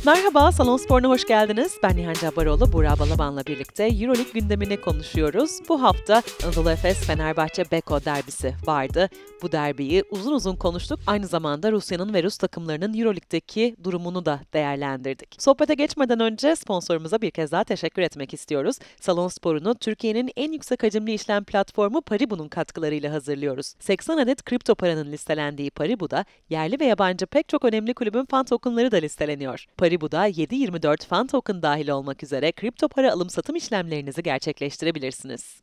Merhaba, Salon Spor'una hoş geldiniz. Ben Nihan Cabbaroğlu, Burak Balaban'la birlikte EuroLeague gündemini konuşuyoruz. Bu hafta Anadolu Efes Fenerbahçe Beko derbisi vardı. Bu derbiyi uzun uzun konuştuk. Aynı zamanda Rusya'nın ve Rus takımlarının EuroLeague'deki durumunu da değerlendirdik. Sohbete geçmeden önce sponsorumuza bir kez daha teşekkür etmek istiyoruz. Salon Spor'unu Türkiye'nin en yüksek hacimli işlem platformu Paribu'nun katkılarıyla hazırlıyoruz. 80 adet kripto paranın listelendiği Paribu'da yerli ve yabancı pek çok önemli kulübün fan tokenları da listeleniyor. Paribu'da 7/24 fan token dahil olmak üzere kripto para alım-satım işlemlerinizi gerçekleştirebilirsiniz.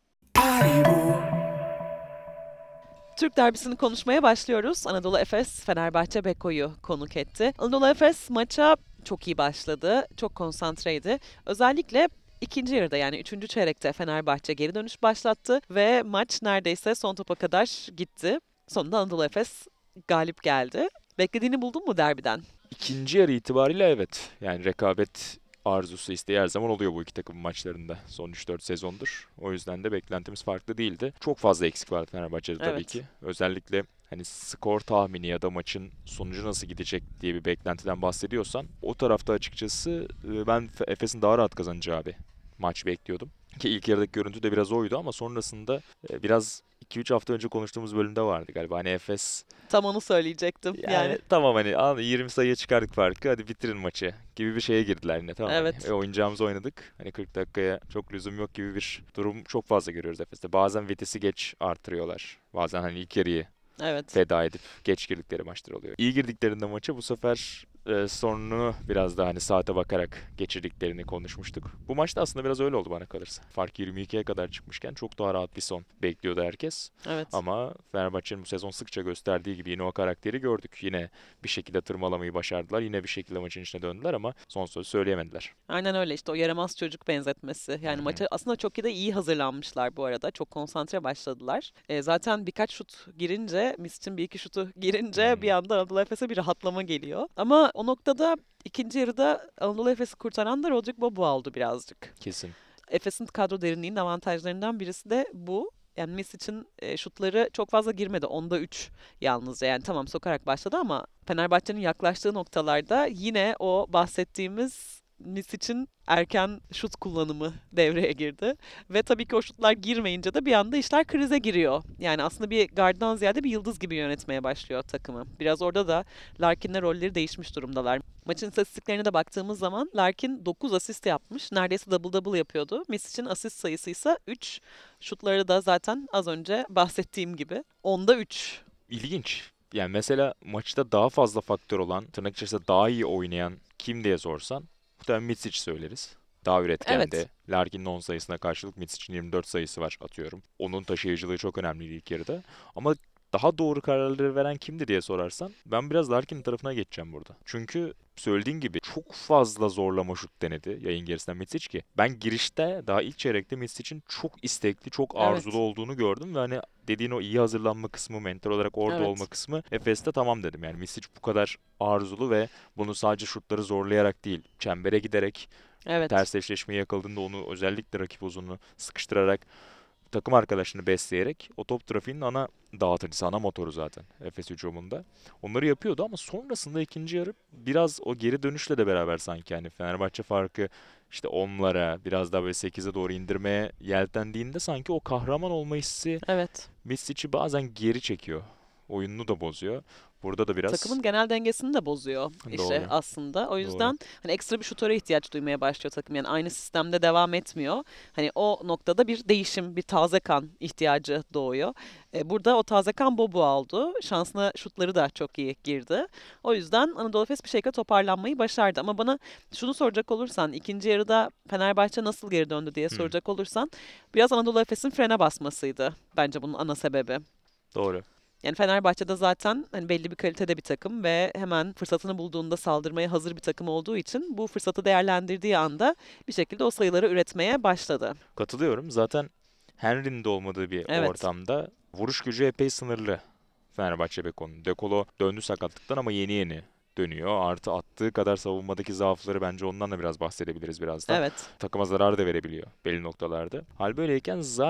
Türk derbisini konuşmaya başlıyoruz. Anadolu Efes, Fenerbahçe Beko'yu konuk etti. Anadolu Efes maça çok iyi başladı, çok konsantreydi. Özellikle ikinci yarıda yani üçüncü çeyrekte Fenerbahçe geri dönüş başlattı ve maç neredeyse son topa kadar gitti. Sonunda Anadolu Efes galip geldi. Beklediğini buldun mu derbiden? İkinci yarı itibariyle evet. Yani rekabet arzusu, isteği her zaman oluyor bu iki takım maçlarında. Son 3-4 sezondur. O yüzden de beklentimiz farklı değildi. Çok fazla eksik vardı Fenerbahçe'de tabii Evet. ki. Özellikle hani skor tahmini ya da maçın sonucu nasıl gidecek diye bir beklentiden bahsediyorsan o tarafta açıkçası ben Efes'in daha rahat kazanacağı bir maç bekliyordum. Ki ilk yarıdaki görüntü de biraz oydu ama sonrasında biraz 2-3 hafta önce konuştuğumuz bölümde vardı galiba. Hani Efes Tam onu söyleyecektim yani. yani tamam hani 20 sayıya çıkardık farkı, hadi bitirin maçı gibi bir şeye girdiler yine, tamam hani Evet. oyuncağımızı oynadık. Hani 40 dakikaya çok lüzum yok gibi bir durum çok fazla görüyoruz Efes'te. Bazen vitesi geç artırıyorlar. Bazen hani ilk yarıyı Evet. feda edip geç girdikleri maçlar oluyor. İyi girdiklerinde maça bu sefer sonunu biraz daha hani saate bakarak geçirdiklerini konuşmuştuk. Bu maçta aslında biraz öyle oldu bana kalırsa. Fark 22'ye kadar çıkmışken çok daha rahat bir son bekliyordu herkes. Evet. Ama Fenerbahçe'nin bu sezon sıkça gösterdiği gibi yine o karakteri gördük. Yine bir şekilde tırmalamayı başardılar. Yine bir şekilde maçın içine döndüler ama son sözü söyleyemediler. Aynen öyle işte o yaramaz çocuk benzetmesi. Hı Yani hı. maça aslında çok iyi hazırlanmışlar bu arada. Çok konsantre başladılar. Zaten birkaç şut girince, Misic'in bir iki şutu Hı girince bir hı. anda Anadolu Efes'e bir rahatlama geliyor. Ama o noktada ikinci yarıda Anadolu Efes'i kurtaran da Rodrik Bobo oldu birazcık. Kesin. Efes'in kadro derinliğinin avantajlarından birisi de bu. Yani Misic'in şutları çok fazla girmedi. Onda 3 yalnızca. Yani tamam sokarak başladı ama Fenerbahçe'nin yaklaştığı noktalarda yine o bahsettiğimiz Misic'in erken şut kullanımı devreye girdi. Ve tabii ki o şutlar girmeyince de bir anda işler krize giriyor. Yani aslında bir garddan ziyade bir yıldız gibi yönetmeye başlıyor takımı. Biraz orada da Larkin'le rolleri değişmiş durumdalar. Maçın istatistiklerine de baktığımız zaman Larkin 9 asist yapmış. Neredeyse double double yapıyordu. Misic'in asist sayısı ise 3. Şutları da zaten az önce bahsettiğim gibi. Onda 3. İlginç. Yani mesela maçta daha fazla faktör olan, tırnak içerisinde daha iyi oynayan kim diye sorsan muhtemelen Mitsic söyleriz. Daha Evet. üretkendi. Larkin'in 10 sayısına karşılık Mitsic'in 24 sayısı var atıyorum. Onun taşıyıcılığı çok önemliydi ilk yarıda. Ama daha doğru kararları veren kimdi diye sorarsan ben biraz Larkin'in tarafına geçeceğim burada. Çünkü söylediğin gibi çok fazla zorlama şut denedi yayın gerisinden Mitsic ki. Ben girişte daha ilk çeyrekte Mitsic'in çok istekli, çok arzulu Evet. olduğunu gördüm ve hani dediğin o iyi hazırlanma kısmı, mental olarak orada olma Evet. kısmı Efes'te tamam dedim. Yani Misic bu kadar arzulu ve bunu sadece şutları zorlayarak değil, çembere giderek, Evet. ters eşleşmeyi yakaladığında onu özellikle rakip uzunluğu sıkıştırarak, takım arkadaşını besleyerek o top trafiğinin ana dağıtıcısı, ana motoru zaten Efes hücumunda. Onları yapıyordu ama sonrasında ikinci yarı biraz o geri dönüşle de beraber sanki yani Fenerbahçe farkı işte 10'lara biraz daha böyle 8'e doğru indirmeye yeltendiğinde sanki o kahraman olma hissi Evet. Misic'i bazen geri çekiyor. Oyununu da bozuyor. Burada da biraz Takımın genel dengesini de bozuyor işte doğru. aslında. O Doğru. yüzden hani ekstra bir şutöre ihtiyaç duymaya başlıyor takım. Yani aynı sistemde devam etmiyor. Hani o noktada bir değişim, bir taze kan ihtiyacı doğuyor. Burada o taze kan Bobu aldı. Şansına şutları da çok iyi girdi. O yüzden Anadolu Efes bir şekilde toparlanmayı başardı. Ama bana şunu soracak olursan, ikinci yarıda Fenerbahçe nasıl geri döndü diye Hmm, soracak olursan, biraz Anadolu Efes'in frene basmasıydı bence bunun ana sebebi. doğru. Yani Fenerbahçe'de zaten hani belli bir kalitede bir takım ve hemen fırsatını bulduğunda saldırmaya hazır bir takım olduğu için bu fırsatı değerlendirdiği anda bir şekilde o sayıları üretmeye başladı. Katılıyorum. Zaten Henry'nin de olmadığı bir Evet, ortamda vuruş gücü epey sınırlı Fenerbahçe Beko'nun. Dekolo döndü sakatlıktan ama yeni yeni dönüyor. Artı attığı kadar savunmadaki zaafları, bence ondan da biraz bahsedebiliriz birazdan. evet, Takıma zarar da verebiliyor belli noktalarda. Hal böyleyken zaten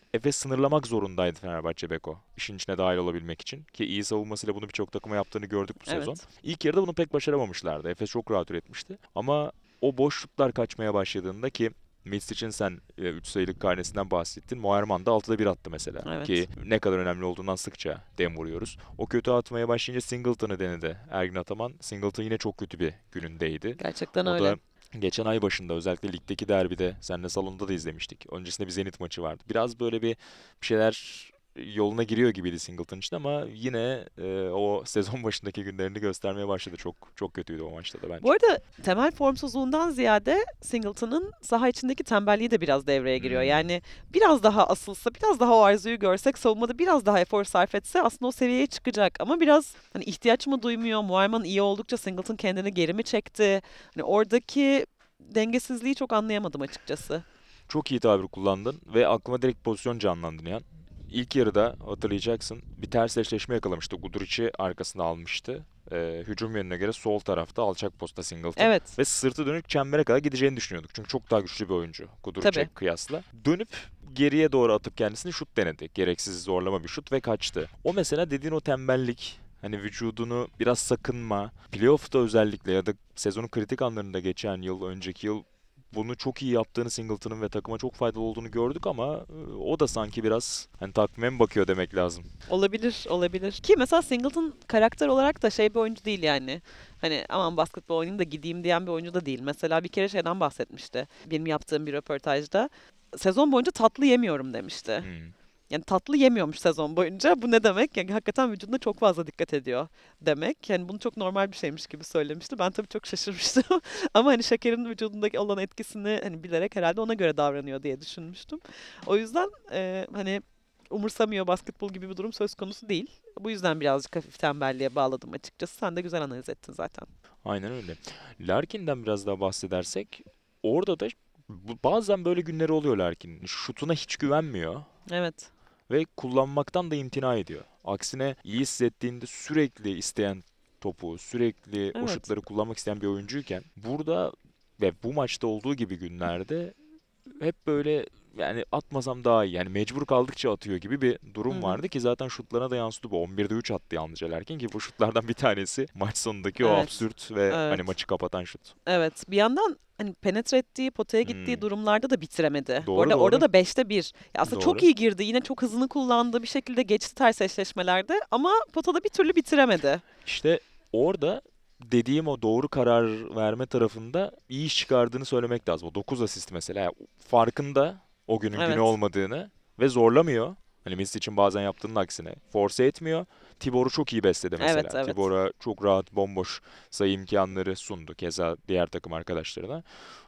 Efes sınırlamak zorundaydı Fenerbahçe Beko. İşin içine dahil olabilmek için. Ki iyi savunmasıyla bunu birçok takıma yaptığını gördük bu sezon. Evet. İlk yarıda bunu pek başaramamışlardı. Efes çok rahat üretmişti. Ama o boş şutlar kaçmaya başladığında ki Mitsic'in sen 3 sayılık karnesinden bahsettin. Moerman da 6'da 1 attı mesela. Ki Evet. ne kadar önemli olduğundan sıkça dem vuruyoruz. O kötü atmaya başlayınca Singleton'ı denedi Ergin Ataman. Singleton yine çok kötü bir günündeydi. Gerçekten O öyle. da geçen ay başında özellikle ligdeki derbide seninle salonda da izlemiştik. Öncesinde bir Zenit maçı vardı. Biraz böyle bir şeyler yoluna giriyor gibiydi Singleton için ama yine o sezon başındaki günlerini göstermeye başladı. Çok çok kötüydü o maçta da Bu bence. arada temel formsuzluğundan ziyade Singleton'ın saha içindeki tembelliği de biraz devreye giriyor. Hmm. Yani biraz daha asılsa, biraz daha o arzuyu görsek, savunmada biraz daha efor sarf etse aslında o seviyeye çıkacak. Ama biraz hani ihtiyaç mı duymuyor? Muayman iyi oldukça Singleton kendini geri mi çekti? Hani oradaki dengesizliği çok anlayamadım açıkçası. Çok iyi tabir kullandın ve aklıma direkt pozisyon canlandı Nihan. İlk yarıda hatırlayacaksın bir ters eşleşme yakalamıştı. Guduric'i arkasına almıştı. Hücum yönüne göre sol tarafta alçak posta Singleton. Evet, Ve sırtı dönük çembere kadar gideceğini düşünüyorduk. Çünkü çok daha güçlü bir oyuncu Guduric'e tabii. kıyasla. Dönüp geriye doğru atıp kendisini şut denedi. Gereksiz zorlama bir şut ve kaçtı. O mesela dediğin o tembellik, hani vücudunu biraz sakınma, playoff'ta özellikle ya da sezonun kritik anlarında geçen yıl, önceki yıl bunu çok iyi yaptığını Singleton'ın ve takıma çok faydalı olduğunu gördük ama o da sanki biraz hani takvime mi bakıyor demek lazım. Olabilir, olabilir. Ki mesela Singleton karakter olarak da şey bir oyuncu değil yani. Hani aman basketbol oynayayım da gideyim diyen bir oyuncu da değil. Mesela bir kere şeyden bahsetmişti. Benim yaptığım bir röportajda. Sezon boyunca tatlı yemiyorum demişti. Hmm. Yani tatlı yemiyormuş sezon boyunca. Bu ne demek? Yani hakikaten vücuduna çok fazla dikkat ediyor demek. Yani bunu çok normal bir şeymiş gibi söylemişti. Ben tabii çok şaşırmıştım. Ama hani şekerin vücudundaki olan etkisini hani bilerek herhalde ona göre davranıyor diye düşünmüştüm. O yüzden hani umursamıyor basketbol gibi bir durum söz konusu değil. Bu yüzden birazcık hafif tembelliğe bağladım açıkçası. Sen de güzel analiz ettin zaten. Aynen öyle. Larkin'den biraz daha bahsedersek orada da bazen böyle günleri oluyor Larkin'in. Şutuna hiç güvenmiyor Evet. ve kullanmaktan da imtina ediyor. Aksine iyi hissettiğinde sürekli isteyen topu, sürekli o Evet. şutları kullanmak isteyen bir oyuncuyken burada ve bu maçta olduğu gibi günlerde hep böyle yani atmasam daha iyi. Yani mecbur kaldıkça atıyor gibi bir Hı durum hı. vardı ki zaten şutlarına da yansıdı bu. 11'de 3 attı yalnızca Larkin ki bu şutlardan bir tanesi maç sonundaki o Evet. absürt ve hani Evet. maçı kapatan şut. Evet. Bir yandan hani penetre ettiği, potaya gittiği Hmm. durumlarda da bitiremedi. Bu Doğru arada orada doğru. da 5'te 1. Ya aslında çok Doğru. iyi girdi. Yine çok hızını kullandı. Bir şekilde geçti ters eşleşmelerde ama potada bir türlü bitiremedi. İşte orada dediğim o doğru karar verme tarafında iyi iş çıkardığını söylemek lazım. O 9 asist mesela. Yani farkında o günün günü Evet. olmadığını ve zorlamıyor. Hani Messi için bazen yaptığının aksine. Force etmiyor. Tibor'u çok iyi besledi Evet, mesela. evet. Tibor'a çok rahat bomboş sayı imkanları sundu. Keza diğer takım arkadaşlarına.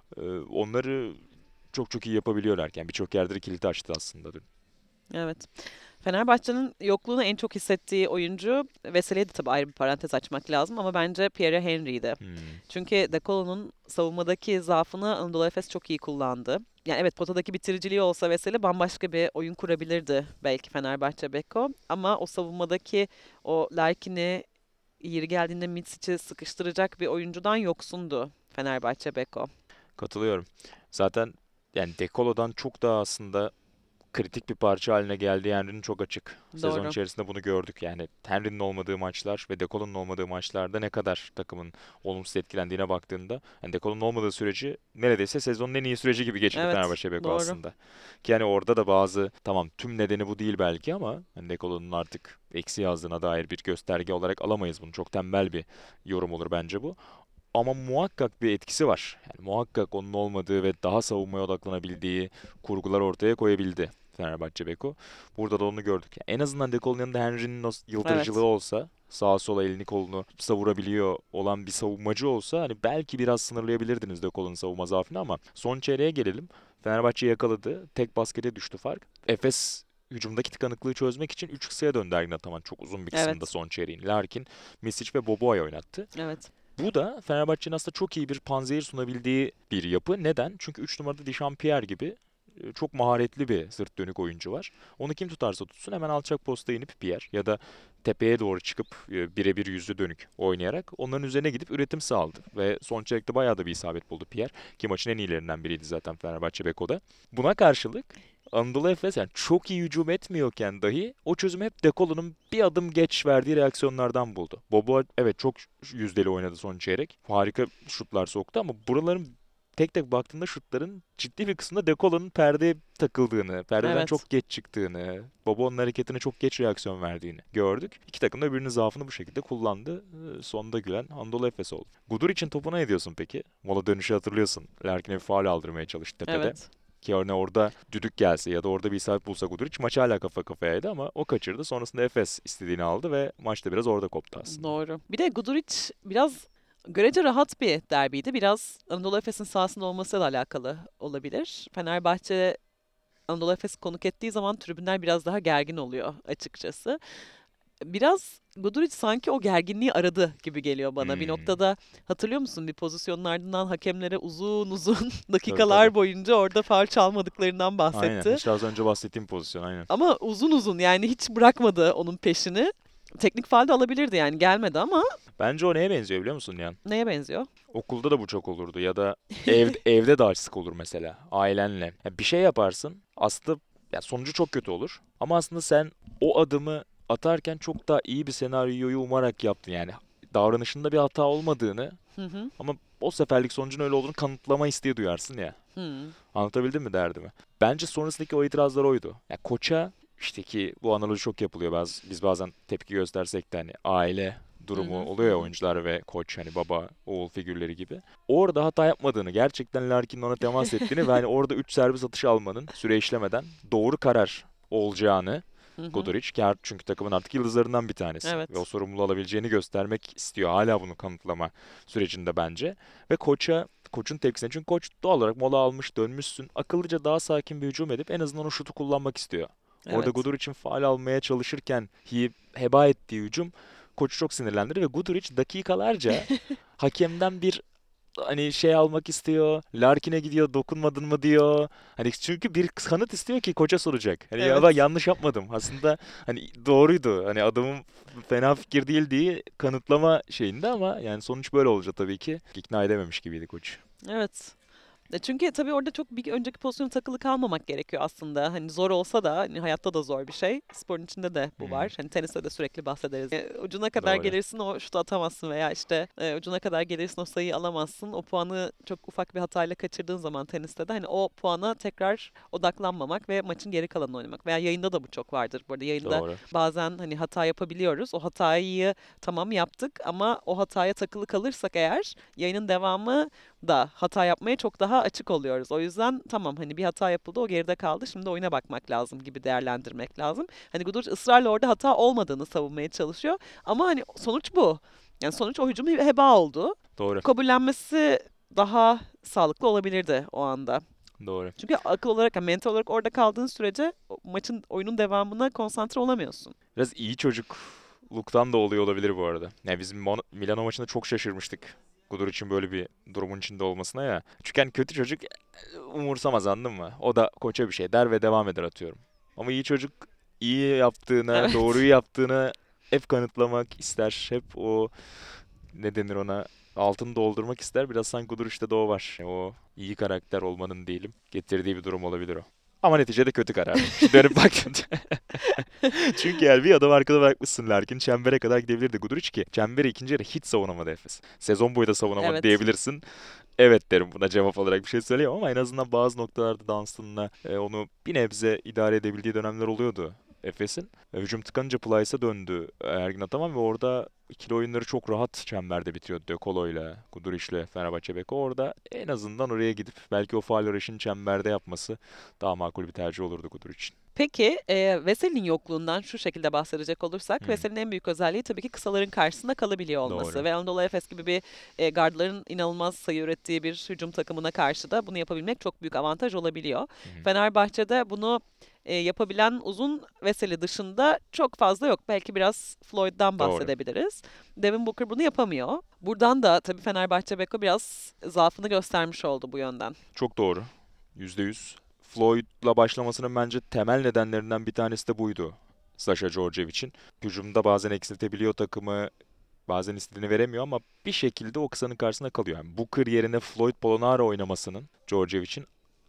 Onları çok çok iyi yapabiliyorlarken birçok yerde de kilit açtı aslında dün. Evet. Fenerbahçe'nin yokluğunu en çok hissettiği oyuncu Veseli'ye de tabii ayrı bir parantez açmak lazım ama bence Pierre Henry'di. Hmm, Çünkü De Colo'nun savunmadaki zaafını Anadolu Efes çok iyi kullandı. Yani evet potadaki bitiriciliği olsa Veseli bambaşka bir oyun kurabilirdi belki Fenerbahçe Beko. Ama o savunmadaki o Larkin'i yeri geldiğinde Mitsic'i sıkıştıracak bir oyuncudan yoksundu Fenerbahçe Beko. katılıyorum. Zaten yani Dekolo'dan çok daha aslında kritik bir parça haline geldiği Henry'nin çok açık. Sezon Doğru. içerisinde bunu gördük. Yani Henry'nin olmadığı maçlar ve De Colo'nun olmadığı maçlarda ne kadar takımın olumsuz etkilendiğine baktığında yani De Colo'nun olmadığı süreci neredeyse sezonun en iyi süreci gibi geçirdi Evet, Fenerbahçe Beko doğru. aslında. Ki yani orada da bazı tamam tüm nedeni bu değil belki ama hani De Colo'nun artık eksi yazdığına dair bir gösterge olarak alamayız bunu. Çok tembel bir yorum olur bence bu. Ama muhakkak bir etkisi var. Yani muhakkak onun olmadığı ve daha savunmaya odaklanabildiği kurgular ortaya koyabildi Fenerbahçe Beko. Burada da onu gördük. Yani en azından De Colo'nun yanında Henry'nin o yıldırıcılığı Evet. olsa, sağa sola elini kolunu savurabiliyor olan bir savunmacı olsa hani belki biraz sınırlayabilirdiniz De Colo'nun savunma zaafını ama son çeyreğe gelelim. Fenerbahçe yakaladı. Tek baskete düştü fark. Efes hücumdaki tıkanıklığı çözmek için 3 kısaya döndü Ergin Ataman çok uzun bir kısmında Evet. son çeyreğin. Larkin, Misic ve Boboa'yı oynattı. Evet. Bu da Fenerbahçe'nin aslında çok iyi bir panzehir sunabildiği bir yapı. Neden? Çünkü 3 numarada Dişampierre gibi çok maharetli bir sırt dönük oyuncu var. Onu kim tutarsa tutsun hemen alçak posta inip Pierre ya da tepeye doğru çıkıp birebir yüzü dönük oynayarak onların üzerine gidip üretim sağladı. Ve son çeyrekte bayağı da bir isabet buldu Pierre. Ki maçın en iyilerinden biriydi zaten Fenerbahçe Beko'da. Buna karşılık Anadolu Efes yani çok iyi hücum etmiyorken dahi o çözümü hep De Colo'nun bir adım geç verdiği reaksiyonlardan buldu. Bobo evet çok yüzdeli oynadı son çeyrek. Harika şutlar soktu ama buraların tek tek baktığında şutların ciddi bir kısmında De Colo'nun perdeye takıldığını, perdeden Evet. çok geç çıktığını, Bobo'nun hareketine çok geç reaksiyon verdiğini gördük. İki takım da birbirinin zaafını bu şekilde kullandı. Sonda gülen Anadolu Efes oldu. Gudur için topuna ne diyorsun peki? Mola dönüşü hatırlıyorsun. Larkin'e bir faul aldırmaya çalıştı tepede. Evet. Ki örneğin orada düdük gelse ya da orada bir isabet bulsa Guduric maç hala kafa kafayaydı ama o kaçırdı. Sonrasında Efes istediğini aldı ve maç da biraz orada koptu aslında. Doğru. Bir de Guduric biraz görece rahat bir derbiydi. Biraz Anadolu Efes'in sahasında olmasıyla alakalı olabilir. Fenerbahçe Anadolu Efes konuk ettiği zaman tribünler biraz daha gergin oluyor açıkçası. Biraz Guduric sanki o gerginliği aradı gibi geliyor bana. Bir Hmm, noktada hatırlıyor musun? Bir pozisyonun ardından hakemlere uzun uzun tabii tabii. dakikalar boyunca orada faul çalmadıklarından Aynen. bahsetti. İşte az önce bahsettiğim pozisyon aynen. Ama uzun uzun yani hiç bırakmadı onun peşini. Teknik faul de alabilirdi yani gelmedi ama Bence o neye benziyor biliyor musun Yan? neye benziyor? Okulda da bu çok olurdu ya da evde daha sık olur mesela ailenle. Ya bir şey yaparsın aslında ya sonucu çok kötü olur ama aslında sen o adımı atarken çok daha iyi bir senaryoyu umarak yaptın yani davranışında bir hata olmadığını Hı hı. ama o seferlik sonucun öyle olduğunu kanıtlama isteği duyarsın ya. Hı. Anlatabildim mi derdimi? Bence sonrasındaki o itirazlar oydu. Ya koça işte ki bu analoji çok yapılıyor. Biz bazen tepki göstersek de hani aile Hı durumu hı. Hı oluyor ya hı. oyuncular ve koç hani baba oğul figürleri gibi. Orada hata yapmadığını, gerçekten Larkin'in ona temas ettiğini ve hani orada 3 servis atışı almanın süre işlemeden doğru karar olacağını Hı hı. Guduric ki çünkü takımın artık yıldızlarından bir tanesi ve o Evet. sorumluluğu alabileceğini göstermek istiyor. Hala bunu kanıtlama sürecinde bence. Ve koçun tepkisine çünkü koç doğal olarak mola almış dönmüşsün. Akıllıca daha sakin bir hücum edip en azından o şutu kullanmak istiyor. Orada Evet. Guduric'in faul almaya çalışırken heba ettiği hücum koçu çok sinirlendirdi ve Guduric dakikalarca hakemden bir hani şey almak istiyor. Larkin'e gidiyor, dokunmadın mı diyor. Hani çünkü bir kanıt istiyor ki koça soracak. Hani ya ben Evet. yanlış yapmadım. Aslında hani doğruydu. Hani adamın fena fikir değil diye kanıtlama şeyinde ama yani sonuç böyle olacak tabii ki. İkna edememiş gibiydi koç. Evet. Çünkü tabii orada çok bir önceki pozisyona takılı kalmamak gerekiyor aslında. Hani zor olsa da hani hayatta da zor bir şey. Sporun içinde de bu Hmm, var. Hani teniste de sürekli bahsederiz. Ucuna kadar doğru. gelirsin o şutu atamazsın veya işte ucuna kadar gelirsin o sayıyı alamazsın. O puanı çok ufak bir hatayla kaçırdığın zaman teniste de hani o puana tekrar odaklanmamak ve maçın geri kalanını oynamak. Veya yayında da bu çok vardır. Bu arada yayında Doğru. bazen hani hata yapabiliyoruz. O hatayı tamam yaptık ama o hataya takılı kalırsak eğer yayının devamı da hata yapmaya çok daha açık oluyoruz. O yüzden tamam hani bir hata yapıldı o geride kaldı şimdi oyuna bakmak lazım gibi değerlendirmek lazım. Hani Gudur ısrarla orada hata olmadığını savunmaya çalışıyor ama hani sonuç bu. Yani sonuç o hücum heba oldu. Doğru. Kabullenmesi daha sağlıklı olabilirdi o anda. Doğru. Çünkü akıl olarak, yani mental olarak orada kaldığın sürece maçın, oyunun devamına konsantre olamıyorsun. Biraz iyi çocukluktan da oluyor olabilir bu arada. Yani biz Milano maçında çok şaşırmıştık. Gudur için böyle bir durumun içinde olmasına ya. Çünkü hani kötü çocuk umursamaz anladın mı? O da koça bir şey der ve devam eder atıyorum. Ama iyi çocuk iyi yaptığını, Evet. doğruyu yaptığını hep kanıtlamak ister. Hep o ne denir ona altını doldurmak ister. Biraz sanki Gudur işte de o var. O iyi karakter olmanın diyelim getirdiği bir durum olabilir o. Ama neticede kötü karar. Şimdi dönüp baktığında çünkü eğer bir adam arkada bırakmışsın Larkin çembere kadar gidebilirdi Guduric ki çembere ikinci yarı hiç savunamadı Efes. Sezon boyu da savunamadı Evet. diyebilirsin. Evet derim buna cevap olarak bir şey söyleyemem ama en azından bazı noktalarda Dunstan'la onu bir nebze idare edebildiği dönemler oluyordu Efes'in. Hücum tıkanınca Plyce'a döndü Ergin Ataman ve orada ikili oyunları çok rahat çemberde bitiyordu. De Colo'yla, Guduric'le Fenerbahçe Beko. Orada en azından oraya gidip belki o faul arayışını çemberde yapması daha makul bir tercih olurdu Guduric'in. Peki, Veseli'nin yokluğundan şu şekilde bahsedecek olursak, Hmm, Veseli'nin en büyük özelliği tabii ki kısaların karşısında kalabiliyor olması doğru. ve Anadolu Efes gibi bir gardların inanılmaz sayı ürettiği bir hücum takımına karşı da bunu yapabilmek çok büyük avantaj olabiliyor. Hı hı, Fenerbahçe'de bunu yapabilen uzun Veseli dışında çok fazla yok. Belki biraz Floyd'dan doğru. bahsedebiliriz. Devin Booker bunu yapamıyor. Buradan da tabii Fenerbahçe Beko biraz zaafını göstermiş oldu bu yönden. Çok doğru. %100. Floyd'la başlamasının bence temel nedenlerinden bir tanesi de buydu. Sasha Djordjevic'in. Hücumda bazen eksiltebiliyor takımı, bazen istediğini veremiyor ama bir şekilde o kısanın karşısında kalıyor. Yani Booker yerine Floyd Polonara oynamasının Djordjevic'in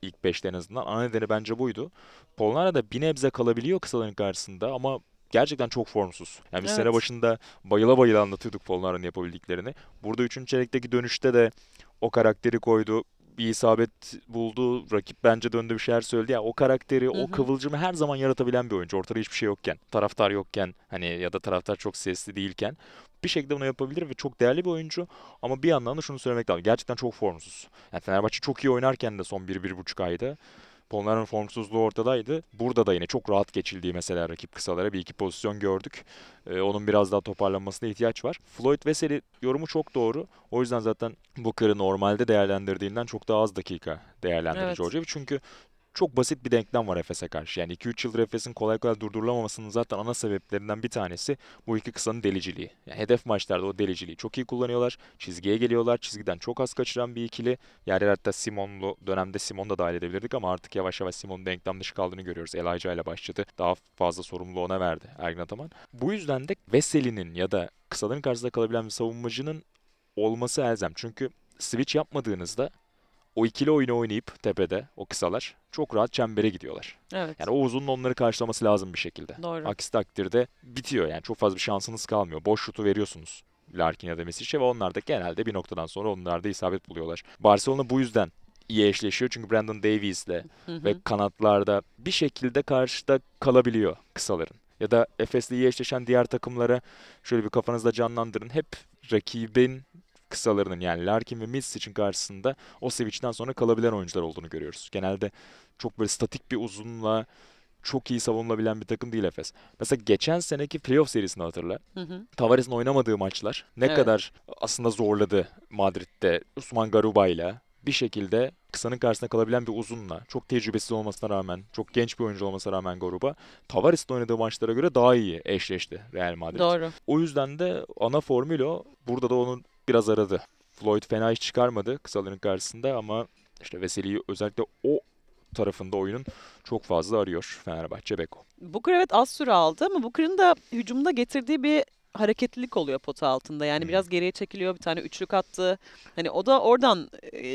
ilk 5'te en azından. Ana nedeni bence buydu. Polonara da bir nebze kalabiliyor kısaların karşısında ama gerçekten çok formsuz. Yani biz sene Evet. başında bayıla bayıla anlatıyorduk Polonara'nın yapabildiklerini. Burada 3. çeyrekteki dönüşte de o karakteri koydu. Bir isabet buldu. Rakip bence döndü bir şeyler söyledi. Ya o karakteri, Hı o hı. kıvılcımı her zaman yaratabilen bir oyuncu. Ortada hiçbir şey yokken, taraftar yokken hani ya da taraftar çok sesli değilken bir şekilde bunu yapabilir ve çok değerli bir oyuncu. Ama bir yandan da şunu söylemek lazım. Gerçekten çok formsuz. Yani Fenerbahçe çok iyi oynarken de son 1-1,5 ayda Polonar'ın formsuzluğu ortadaydı. Burada da yine çok rahat geçildiği mesela rakip kısalara bir iki pozisyon gördük. Onun biraz daha toparlanmasına ihtiyaç var. Floyd Veseli yorumu çok doğru. O yüzden zaten Booker'ı normalde değerlendirdiğinden çok daha az dakika değerlendirdi Evet. Georgiev. Çünkü çok basit bir denklem var Efes'e karşı. Yani 2-3 yıldır Efes'in kolay kolay durdurulamamasının zaten ana sebeplerinden bir tanesi bu iki kısanın deliciliği. Yani hedef maçlarda o deliciliği çok iyi kullanıyorlar. Çizgiye geliyorlar. Çizgiden çok az kaçıran bir ikili. Yer yer hatta Simon'lu dönemde Simon da dahil edebilirdik ama artık yavaş yavaş Simon'un denklem dışı kaldığını görüyoruz. Elijah ile başladı. Daha fazla sorumluluğu ona verdi Ergin Ataman. Bu yüzden de Veseli'nin ya da kısaların karşısında kalabilen bir savunmacının olması elzem. Çünkü switch yapmadığınızda o ikili oyunu oynayıp tepede o kısalar çok rahat çembere gidiyorlar. Yani Evet. o uzunun onları karşılaması lazım bir şekilde. Doğru. Aksi takdirde bitiyor yani çok fazla bir şansınız kalmıyor. Boş şutu veriyorsunuz Larkin ya da Mesic'e ve onlar da genelde bir noktadan sonra onlar da isabet buluyorlar. Barcelona bu yüzden iyi eşleşiyor çünkü Brandon Davies'le Hı ve hı. kanatlarda bir şekilde karşıda kalabiliyor kısaların. Ya da Efes'le iyi eşleşen diğer takımlara şöyle bir kafanızda canlandırın. Hep rakibin kısalarının yani Larkin ve Misic'in karşısında o switch'ten sonra kalabilen oyuncular olduğunu görüyoruz. Genelde çok böyle statik bir uzunla çok iyi savunulabilen bir takım değil Efes. Mesela geçen seneki playoff serisini hatırla. Hı hı. Tavares'in oynamadığı maçlar ne Evet. kadar aslında zorladı Madrid'de Usman Garuba'yla bir şekilde kısanın karşısında kalabilen bir uzunla çok tecrübesiz olmasına rağmen çok genç bir oyuncu olmasına rağmen Garuba Tavares'in oynadığı maçlara göre daha iyi eşleşti Real Madrid. Doğru. O yüzden de ana formül o. Burada da onu biraz aradı. Floyd fena iş çıkarmadı kısaların karşısında ama işte Veseli'yi özellikle o tarafında oyunun çok fazla arıyor Fenerbahçe Beko. Booker evet az süre aldı ama Booker'ın da hücumda getirdiği bir hareketlilik oluyor pota altında. Yani Hmm. biraz geriye çekiliyor, bir tane üçlük attı. Hani o da oradan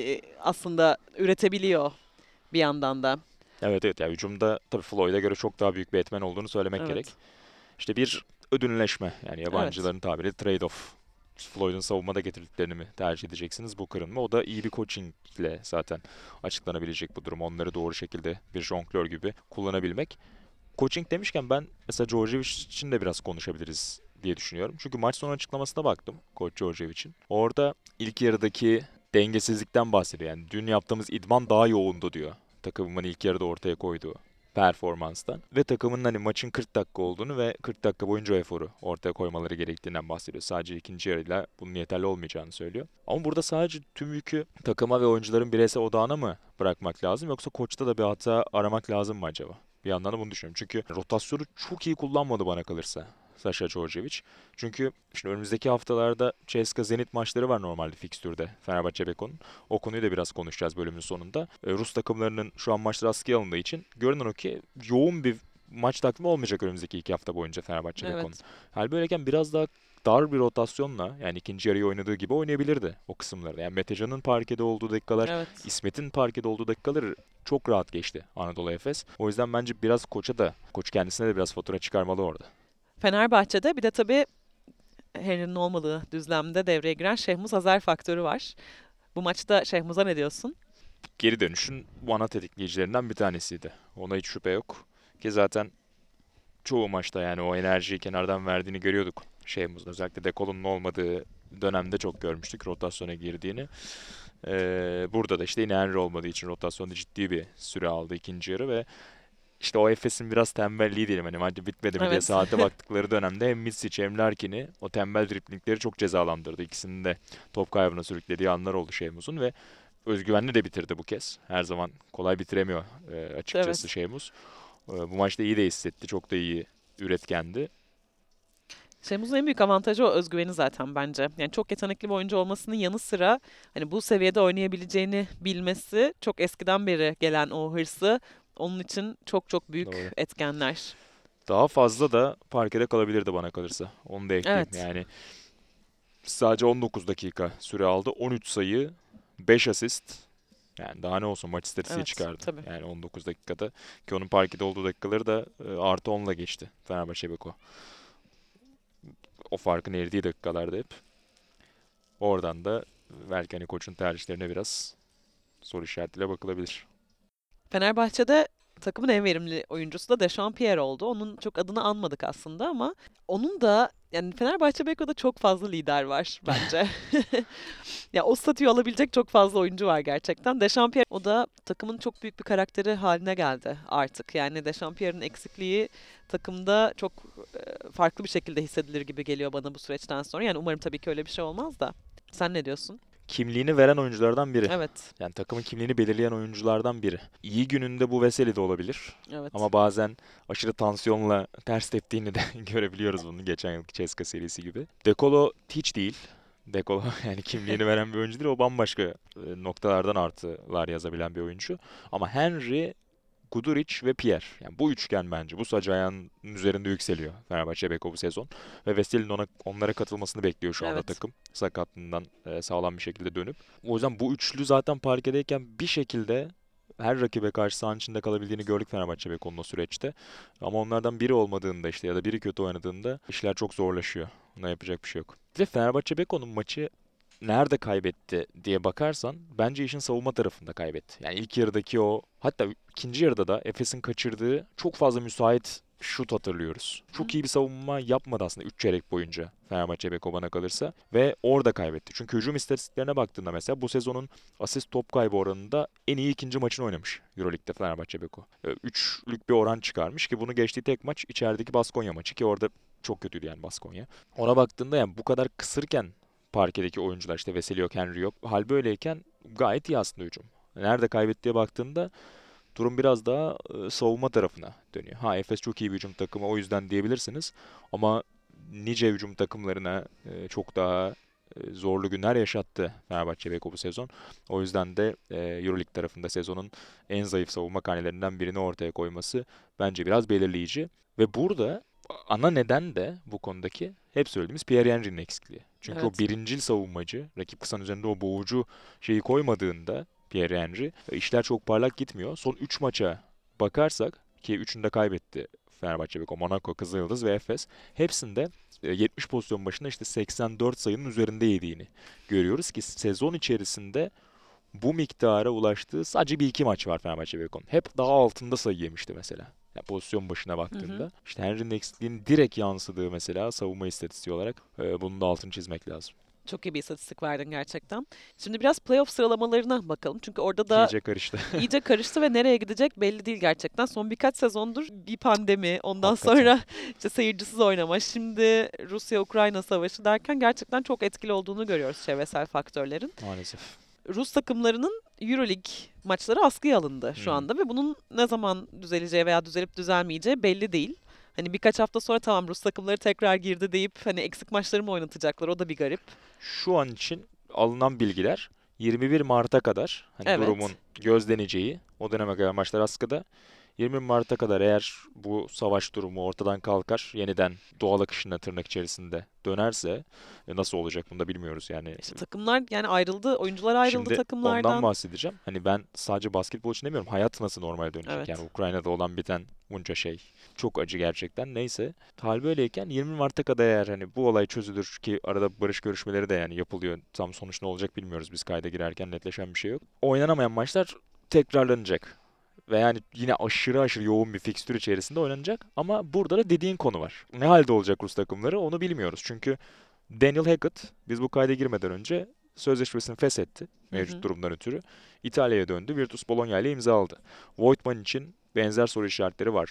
aslında üretebiliyor bir yandan da. Evet evet ya hücumda tabii Floyd'a göre çok daha büyük bir etmen olduğunu söylemek gerek. Evet. İşte bir ödünleşme yani Evet. yabancıların tabiri trade-off. Floyd'un savunmada getirdiklerini mi tercih edeceksiniz Booker'ın mı? O da iyi bir coachingle zaten açıklanabilecek bu durum. Onları doğru şekilde bir jonglör gibi kullanabilmek. Coaching demişken ben mesela Djordjevic için de biraz konuşabiliriz diye düşünüyorum. Çünkü maç sonu açıklamasına baktım Koç Djordjevic'in. Orada ilk yarıdaki dengesizlikten bahsediyor. Yani dün yaptığımız idman daha yoğundu diyor. Takımın ilk yarıda ortaya koyduğu performanstan. Ve takımın hani maçın 40 dakika olduğunu ve 40 dakika boyunca o eforu ortaya koymaları gerektiğinden bahsediyor. Sadece ikinci yarıyla bunun yeterli olmayacağını söylüyor. Ama burada sadece tüm yükü takıma ve oyuncuların bireysel odağına mı bırakmak lazım yoksa koçta da bir hata aramak lazım mı acaba? Bir yandan da bunu düşünüyorum. Çünkü rotasyonu çok iyi kullanmadı bana kalırsa Sasha Djordjevic. Çünkü şimdi önümüzdeki haftalarda CSKA Zenit maçları var normalde fikstürde Fenerbahçe Beko'nun. O konuyu da biraz konuşacağız bölümün sonunda. Rus takımlarının şu an maçları askıya alındığı için görünen o ki yoğun bir maç takvimi olmayacak önümüzdeki 2 hafta boyunca Fenerbahçe Beko'nun. Evet. Hal böyleyken biraz daha dar bir rotasyonla yani ikinci yarıyı oynadığı gibi oynayabilirdi o kısımlarda. Yani Metecan'ın parkede olduğu dakikalar, Evet. İsmet'in parkede olduğu dakikalar çok rahat geçti Anadolu Efes. O yüzden bence biraz koç kendisine de biraz fatura çıkarmalı orada. Fenerbahçe'de bir de tabii Henry'nin olmadığı düzlemde devreye giren Şehmuz Azer faktörü var. Bu maçta Şehmuz'a ne diyorsun? Geri dönüşün bu ana tetikleyicilerinden bir tanesiydi. Ona hiç şüphe yok. Ki zaten çoğu maçta yani o enerjiyi kenardan verdiğini görüyorduk. Şeyimizin özellikle Dekolo'nun olmadığı dönemde çok görmüştük rotasyona girdiğini. Burada da işte yine Henry olmadığı için rotasyonda ciddi bir süre aldı ikinci yarı ve işte o Efes'in biraz tembelliği diyelim. Hani maç bitmedi mi diye Evet. saate baktıkları dönemde hem Misic hem Larkin'i o tembel driplingleri çok cezalandırdı. İkisinin de top kaybına sürüklediği anlar oldu Şeyhmuz'un ve özgüvenli de bitirdi bu kez. Her zaman kolay bitiremiyor açıkçası Evet. Şeyhmuz. Bu maçta iyi de hissetti. Çok da iyi üretkendi. Şehmuz'un en büyük avantajı o özgüveni zaten bence. Yani çok yetenekli bir oyuncu olmasının yanı sıra hani bu seviyede oynayabileceğini bilmesi, çok eskiden beri gelen o hırsı onun için çok çok büyük Doğru. etkenler. Daha fazla da parkede kalabilirdi bana kalırsa. Onu da ekleyeyim. Evet. Yani sadece 19 dakika süre aldı. 13 sayı, 5 asist. Yani daha ne olsun, maç istatistiği Evet, çıkardı. tabii. Yani 19 dakikada, ki onun parkede olduğu dakikaları da artı 10'la geçti Fenerbahçe Beko. O farkın eridiği dakikalarda hep. Oradan da belki hani koçun tercihlerine biraz soru işaretiyle bakılabilir. Fenerbahçe'de takımın en verimli oyuncusu da Dechampierre oldu. Onun çok adını anmadık aslında ama onun da yani Fenerbahçe Beko'da çok fazla lider var bence. Ya o statüyü alabilecek çok fazla oyuncu var gerçekten. Dechampierre o da takımın çok büyük bir karakteri haline geldi artık. Yani Dechampierre'in eksikliği takımda çok farklı bir şekilde hissedilir gibi geliyor bana bu süreçten sonra. Yani umarım tabii ki öyle bir şey olmaz da. Sen ne diyorsun? Kimliğini veren oyunculardan biri. Evet, Yani takımın kimliğini belirleyen oyunculardan biri. İyi gününde bu Veseli de olabilir. evet. Ama bazen aşırı tansiyonla ters teptiğini de görebiliyoruz bunu, geçen yılki CSKA serisi gibi. Dekolo hiç değil. Dekolo yani kimliğini veren bir oyuncu değil. O bambaşka noktalardan artılar yazabilen bir oyuncu. Ama Henry, Guduric ve Pierre. Yani bu üçgen bence bu sac ayağının üzerinde yükseliyor Fenerbahçe Beko bu sezon. Ve Veseli'nin onlara katılmasını bekliyor şu anda Evet. takım. Sakatlığından sağlam bir şekilde dönüp. O yüzden bu üçlü zaten parkedeyken bir şekilde her rakibe karşı sahanın içinde kalabildiğini gördük Fenerbahçe Beko'nun o süreçte. Ama onlardan biri olmadığında işte ya da biri kötü oynadığında işler çok zorlaşıyor. Buna yapacak bir şey yok. Bir de Fenerbahçe Beko'nun maçı nerede kaybetti diye bakarsan bence işin savunma tarafında kaybetti. Yani ilk yarıdaki o, hatta ikinci yarıda da Efes'in kaçırdığı çok fazla müsait şut hatırlıyoruz. Çok iyi bir savunma yapmadı aslında 3 çeyrek boyunca Fenerbahçe Beko bana kalırsa ve orada kaybetti. Çünkü hücum istatistiklerine baktığında mesela bu sezonun asist top kaybı oranında en iyi ikinci maçını oynamış EuroLeague'de Fenerbahçe Beko. Üçlük bir oran çıkarmış ki bunu geçtiği tek maç içerideki Baskonya maçı, ki orada çok kötüydü yani Baskonya. Ona baktığında yani bu kadar kısırken parkedeki oyuncular, işte Veseli yok, Henry yok. Hal böyleyken gayet iyi aslında hücum. Nerede kaybettiğe baktığında durum biraz daha savunma tarafına dönüyor. Ha, Efes çok iyi bir hücum takımı o yüzden diyebilirsiniz. Ama nice hücum takımlarına çok daha zorlu günler yaşattı Fenerbahçe Beko bu sezon. O yüzden de EuroLeague tarafında sezonun en zayıf savunma karnelerinden birini ortaya koyması bence biraz belirleyici. Ve burada ana neden de bu konudaki hep söylediğimiz Pierre Henry'nin eksikliği. Çünkü o Evet. birincil savunmacı, rakip kısanın üzerinde o boğucu şeyi koymadığında Pierre Henry, işler çok parlak gitmiyor. Son 3 maça bakarsak, ki 3'ünde kaybetti Fenerbahçe, Beko, Monaco, Kızılyıldız ve Efes. Hepsinde 70 pozisyon başında işte 84 sayının üzerinde yediğini görüyoruz ki sezon içerisinde bu miktara ulaştığı sadece bir iki maç var Fenerbahçe Beko'nun. Hep daha altında sayı yemişti mesela. Yani pozisyon başına Hı hı. baktığında. İşte Henry'nin eksikliğinin direkt yansıdığı mesela savunma istatistiği olarak bunun da altını çizmek lazım. Çok iyi bir istatistik verdin gerçekten. Şimdi biraz playoff sıralamalarına bakalım. Çünkü orada da İyice karıştı. iyice karıştı ve nereye gidecek belli değil gerçekten. Son birkaç sezondur bir pandemi, ondan Hakikaten. sonra işte seyircisiz oynama, şimdi Rusya-Ukrayna savaşı derken gerçekten çok etkili olduğunu görüyoruz çevresel faktörlerin. Maalesef. Rus takımlarının EuroLeague maçları askıya alındı şu Hmm. anda ve bunun ne zaman düzeleceği veya düzelip düzelmeyeceği belli değil. Hani birkaç hafta sonra tamam Rus takımları tekrar girdi deyip hani eksik maçları mı oynatacaklar, o da bir garip. Şu an için alınan bilgiler 21 Mart'a kadar hani Evet. durumun gözleneceği, o döneme kadar maçlar askıda. 20 Mart'a kadar eğer bu savaş durumu ortadan kalkar, yeniden doğal akışına tırnak içerisinde dönerse nasıl olacak bunu da bilmiyoruz yani. İşte takımlar yani ayrıldı, oyuncular ayrıldı Şimdi ondan takımlardan. bahsedeceğim. Hani ben sadece basketbol için demiyorum. Hayat nasıl normale dönecek? Yani Evet. Ukrayna'da olan biten bunca şey. Çok acı gerçekten. Neyse. Hal böyleyken 20 Mart'a kadar eğer hani bu olay çözülür, ki arada barış görüşmeleri de yani yapılıyor. Tam sonuç ne olacak bilmiyoruz. Biz kayda girerken netleşen bir şey yok. Oynanamayan maçlar tekrarlanacak. Ve yani yine aşırı aşırı yoğun bir fikstür içerisinde oynanacak. Ama burada da dediğin konu var. Ne halde olacak Rus takımları onu bilmiyoruz. Çünkü Daniel Hackett biz bu kayda girmeden önce sözleşmesini feshetti Hı mevcut hı. durumdan ötürü. İtalya'ya döndü. Virtus Bologna ile imza aldı. Voigtman için benzer soru işaretleri var.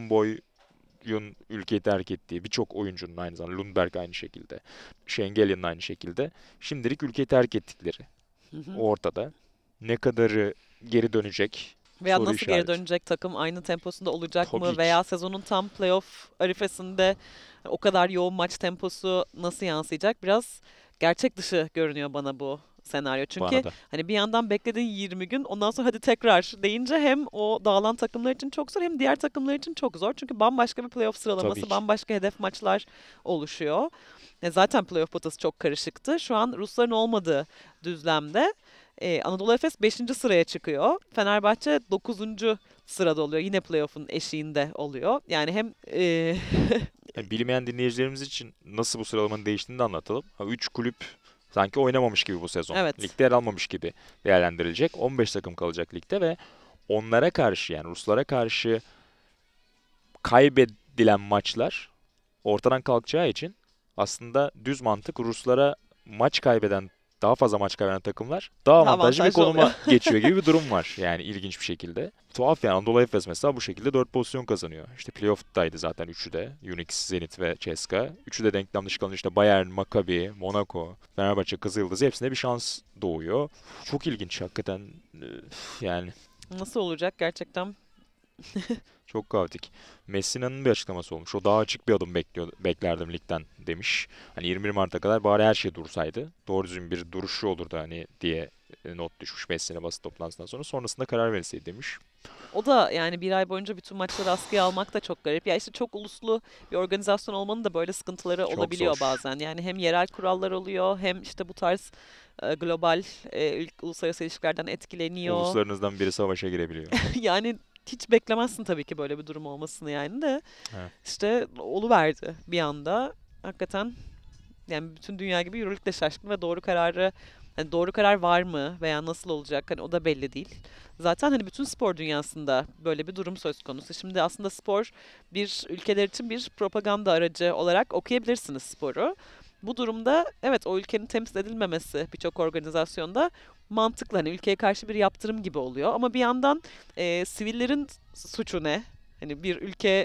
Bolomboy'un ülkeyi terk ettiği birçok oyuncunun aynı zamanda Lundberg aynı şekilde, Şengel'in aynı şekilde şimdilik ülkeyi terk ettikleri Hı hı. ortada. Ne kadarı geri dönecek Veya soru nasıl geri işareti. dönecek, takım aynı temposunda olacak Tabii mı ki. veya sezonun tam playoff arifesinde o kadar yoğun maç temposu nasıl yansıyacak? Biraz gerçek dışı görünüyor bana bu senaryo. Bana Çünkü da. hani bir yandan bekledin 20 gün, ondan sonra hadi tekrar deyince hem o dağılan takımlar için çok zor hem diğer takımlar için çok zor. Çünkü bambaşka bir playoff Tabii sıralaması, ki. bambaşka hedef maçlar oluşuyor. Zaten playoff potası çok karışıktı. Şu an Rusların olmadığı düzlemde Anadolu Efes 5. sıraya çıkıyor. Fenerbahçe 9. sırada oluyor. Yine playoff'un eşiğinde oluyor. Yani hem Yani bilmeyen dinleyicilerimiz için nasıl bu sıralamanın değiştiğini de anlatalım. 3 kulüp sanki oynamamış gibi bu sezon. evet, Ligde yer almamış gibi değerlendirilecek. 15 takım kalacak ligde ve onlara karşı yani Ruslara karşı kaybedilen maçlar ortadan kalkacağı için aslında düz mantık Ruslara maç kaybeden daha fazla maç kaybeden takımlar daha daha avantajlı bir avantajlı oluyor. konuma geçiyor gibi bir durum var. Yani ilginç bir şekilde. Tuhaf yani Anadolu Efes mesela bu şekilde 4 pozisyon kazanıyor. İşte playoff'taydı zaten üçü de. Unix, Zenit ve CSKA. Üçü de denklem dışı kalınca işte Bayern, Maccabi, Monaco, Fenerbahçe, Kızıldız hepsine bir şans doğuyor. Çok ilginç hakikaten. Yani Nasıl olacak gerçekten? çok kaotik. Messi'nin bir açıklaması olmuş. O daha açık bir adım beklerdim ligden demiş. Hani 21 Mart'a kadar bari her şey dursaydı. Doğru düzgün bir duruşu olurdu hani diye not düşmüş Messi'nin basın toplantısından sonra. Sonrasında karar verilseydi demiş. O da yani bir ay boyunca bütün maçları askıya almak da çok garip. Ya işte çok uluslu bir organizasyon olmanın da böyle sıkıntıları Çok olabiliyor zor. bazen. Yani hem yerel kurallar oluyor hem işte bu tarz global uluslararası ilişkilerden etkileniyor. Uluslarınızdan biri savaşa girebiliyor. Yani hiç beklemezsin tabii ki böyle bir durum olmasını yani de Evet. işte oluverdi bir anda. Hakikaten yani bütün dünya gibi Euroleague de şaşkın ve doğru kararı hani doğru karar var mı veya nasıl olacak hani o da belli değil. Zaten hani bütün spor dünyasında böyle bir durum söz konusu. Şimdi aslında spor bir ülkeler için bir propaganda aracı olarak okuyabilirsiniz sporu. Bu durumda evet o ülkenin temsil edilmemesi birçok organizasyonda mantıklı hani ülkeye karşı bir yaptırım gibi oluyor. Ama bir yandan sivillerin suçu ne? Hani bir ülke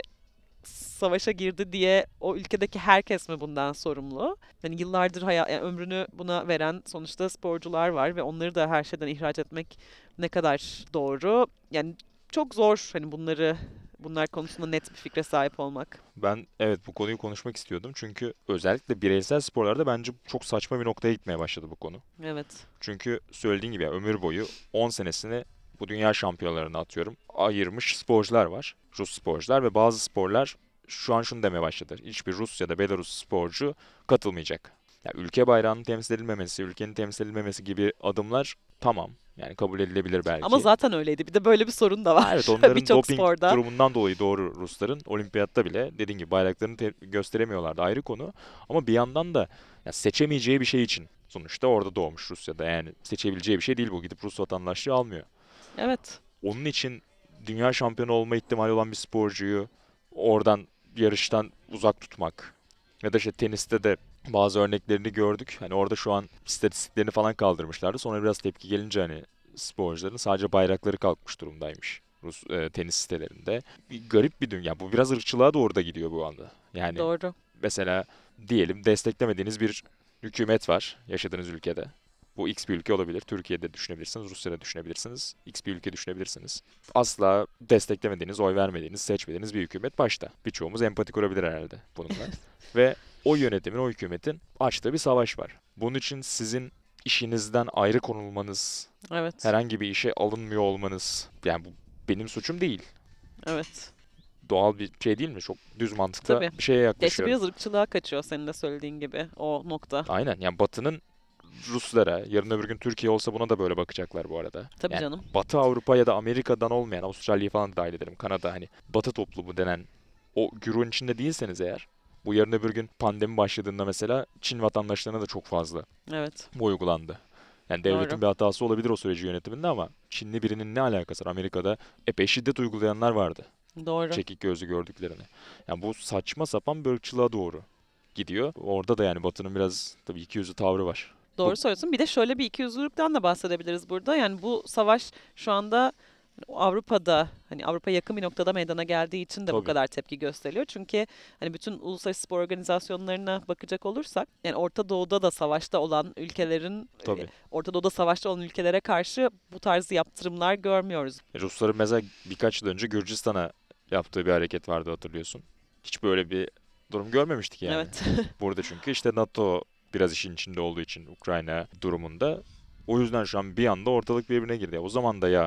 savaşa girdi diye o ülkedeki herkes mi bundan sorumlu? Yani yıllardır yani ömrünü buna veren sonuçta sporcular var ve onları da her şeyden ihraç etmek ne kadar doğru? Yani çok zor hani bunlar konusunda net bir fikre sahip olmak. Ben evet bu konuyu konuşmak istiyordum. Çünkü özellikle bireysel sporlarda bence çok saçma bir noktaya gitmeye başladı bu konu. Evet. Çünkü söylediğin gibi ya, ömür boyu 10 senesini bu dünya şampiyonlarına atıyorum. Ayırmış sporcular var. Rus sporcular ve bazı sporlar şu an şunu demeye başladı. Hiçbir Rus ya da Belarus sporcu katılmayacak. Ya ülke bayrağının temsil edilmemesi, ülkenin temsil edilmemesi gibi adımlar tamam. Yani kabul edilebilir Ama belki. zaten öyleydi. Bir de böyle bir sorun da Ha, evet var onların birçok doping sporda. durumundan dolayı doğru Rusların olimpiyatta bile dediğin gibi bayraklarını gösteremiyorlardı ayrı konu. Ama bir yandan da ya seçemeyeceği bir şey için sonuçta orada doğmuş Rusya'da yani seçebileceği bir şey değil bu gidip Rus vatandaşlığı almıyor. Evet. Onun için dünya şampiyonu olma ihtimali olan bir sporcuyu oradan yarıştan uzak tutmak ya da işte teniste de bazı örneklerini gördük. Hani orada şu an istatistiklerini falan kaldırmışlardı. Sonra biraz tepki gelince hani sporcuların sadece bayrakları kalkmış durumdaymış. Rus tenis sitelerinde. Bir garip bir dünya. Bu biraz ırkçılığa doğru da gidiyor bu anda. Yani Doğru. mesela diyelim desteklemediğiniz bir hükümet var yaşadığınız ülkede. Bu X bir ülke olabilir. Türkiye'de düşünebilirsiniz, Rusya'da düşünebilirsiniz, X bir ülke düşünebilirsiniz. Asla desteklemediğiniz, oy vermediğiniz, seçmediğiniz bir hükümet başta. Birçoğumuz empati kurabilir herhalde bununla. Ve o yönetimin, o hükümetin açtığı bir savaş var. Bunun için sizin işinizden ayrı konulmanız, Evet. herhangi bir işe alınmıyor olmanız, yani bu benim suçum değil. Evet. Doğal bir şey değil mi? Çok düz mantıkta Tabii. bir şeye Ya işte yaklaşıyorum. biraz ırkçılığa kaçıyor senin de söylediğin gibi o nokta. Aynen. Yani Batı'nın Ruslara, yarın öbür gün Türkiye olsa buna da böyle bakacaklar bu arada. Tabii Yani canım. Batı Avrupa ya da Amerika'dan olmayan, Avustralya'yı falan da dahil ederim. Kanada hani Batı toplumu denen o güruhun içinde değilseniz eğer, bu yarın öbür gün pandemi başladığında mesela Çin vatandaşlarına da çok fazla Evet. bu uygulandı. Yani Doğru. devletin bir hatası olabilir o süreci yönetiminde ama Çinli birinin ne alakası var? Amerika'da epey şiddet uygulayanlar vardı. Doğru. Çekik gözlü gördüklerini. Yani bu saçma sapan bir ırkçılığa doğru gidiyor. Orada da yani Batı'nın biraz tabii ikiyüzlü tavrı var. Bu Doğru söylüyorsun. Bir de şöyle bir ikiyüzlülükten de bahsedebiliriz burada. Yani bu savaş şu anda Avrupa'da hani Avrupa yakın bir noktada meydana geldiği için de bu tabii kadar tepki gösteriliyor. Çünkü hani bütün uluslararası spor organizasyonlarına bakacak olursak yani Orta Doğu'da da savaşta olan ülkelerin tabii. Orta Doğu'da savaşta olan ülkelere karşı bu tarz yaptırımlar görmüyoruz. Rusların mesela birkaç yıl önce Gürcistan'a yaptığı bir hareket vardı hatırlıyorsun. Hiç böyle bir durum görmemiştik yani. Evet. Burada çünkü işte NATO biraz işin içinde olduğu için Ukrayna durumunda. O yüzden şu an bir anda ortalık birbirine girdi. O zaman da ya hani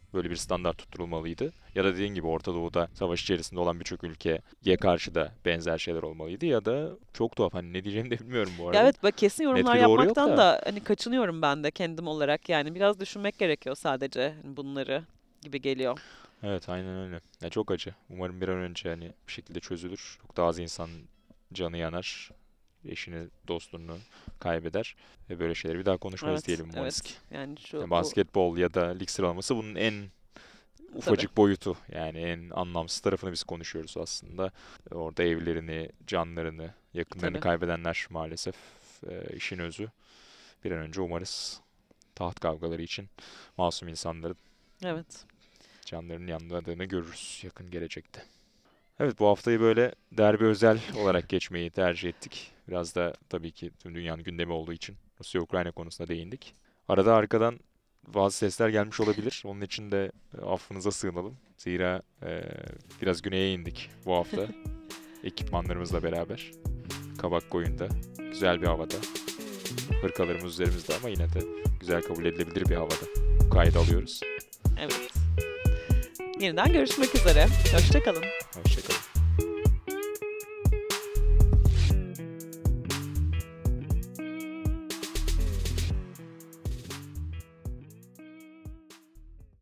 böyle bir standart tutturulmalıydı. Ya da dediğin gibi Orta Doğu'da savaş içerisinde olan birçok ülkeye karşı da benzer şeyler olmalıydı. Ya da çok tuhaf, hani ne diyeceğimi de bilmiyorum bu Ya arada. evet, böyle kesin Net yorumlar bir doğru yok yapmaktan da. da hani kaçınıyorum ben de kendim olarak. Yani biraz düşünmek gerekiyor sadece hani bunları gibi geliyor. Evet, aynen öyle. Ya çok acı. Umarım bir an önce hani bir şekilde çözülür. Çok daha az insan canı yanar. Eşini, dostunu kaybeder. Ve böyle şeyleri bir daha konuşmayız Evet, diyelim umarız ki. evet. Yani şu Yani bu basketbol ya da lig sıralaması bunun en tabii, ufacık boyutu. Yani en anlamsız tarafını biz konuşuyoruz aslında. Orada evlerini, canlarını, yakınlarını tabii. kaybedenler maalesef işin özü. Bir an önce umarız taht kavgaları için masum insanların Evet. canlarının yanmadığını görürüz yakın gelecekte. Evet, bu haftayı böyle derbi özel olarak geçmeyi tercih ettik. Biraz da tabii ki tüm dünyanın gündemi olduğu için Rusya-Ukrayna konusuna değindik. Arada arkadan bazı sesler gelmiş olabilir. Onun için de affınıza sığınalım. Zira biraz güneye indik bu hafta ekipmanlarımızla beraber. Kabak koyunda, güzel bir havada. Hırkalarımız üzerimizde ama yine de güzel, kabul edilebilir bir havada. Bu kaydı alıyoruz. Evet. Yeniden görüşmek üzere. Hoşça kalın. Hoşçakalın.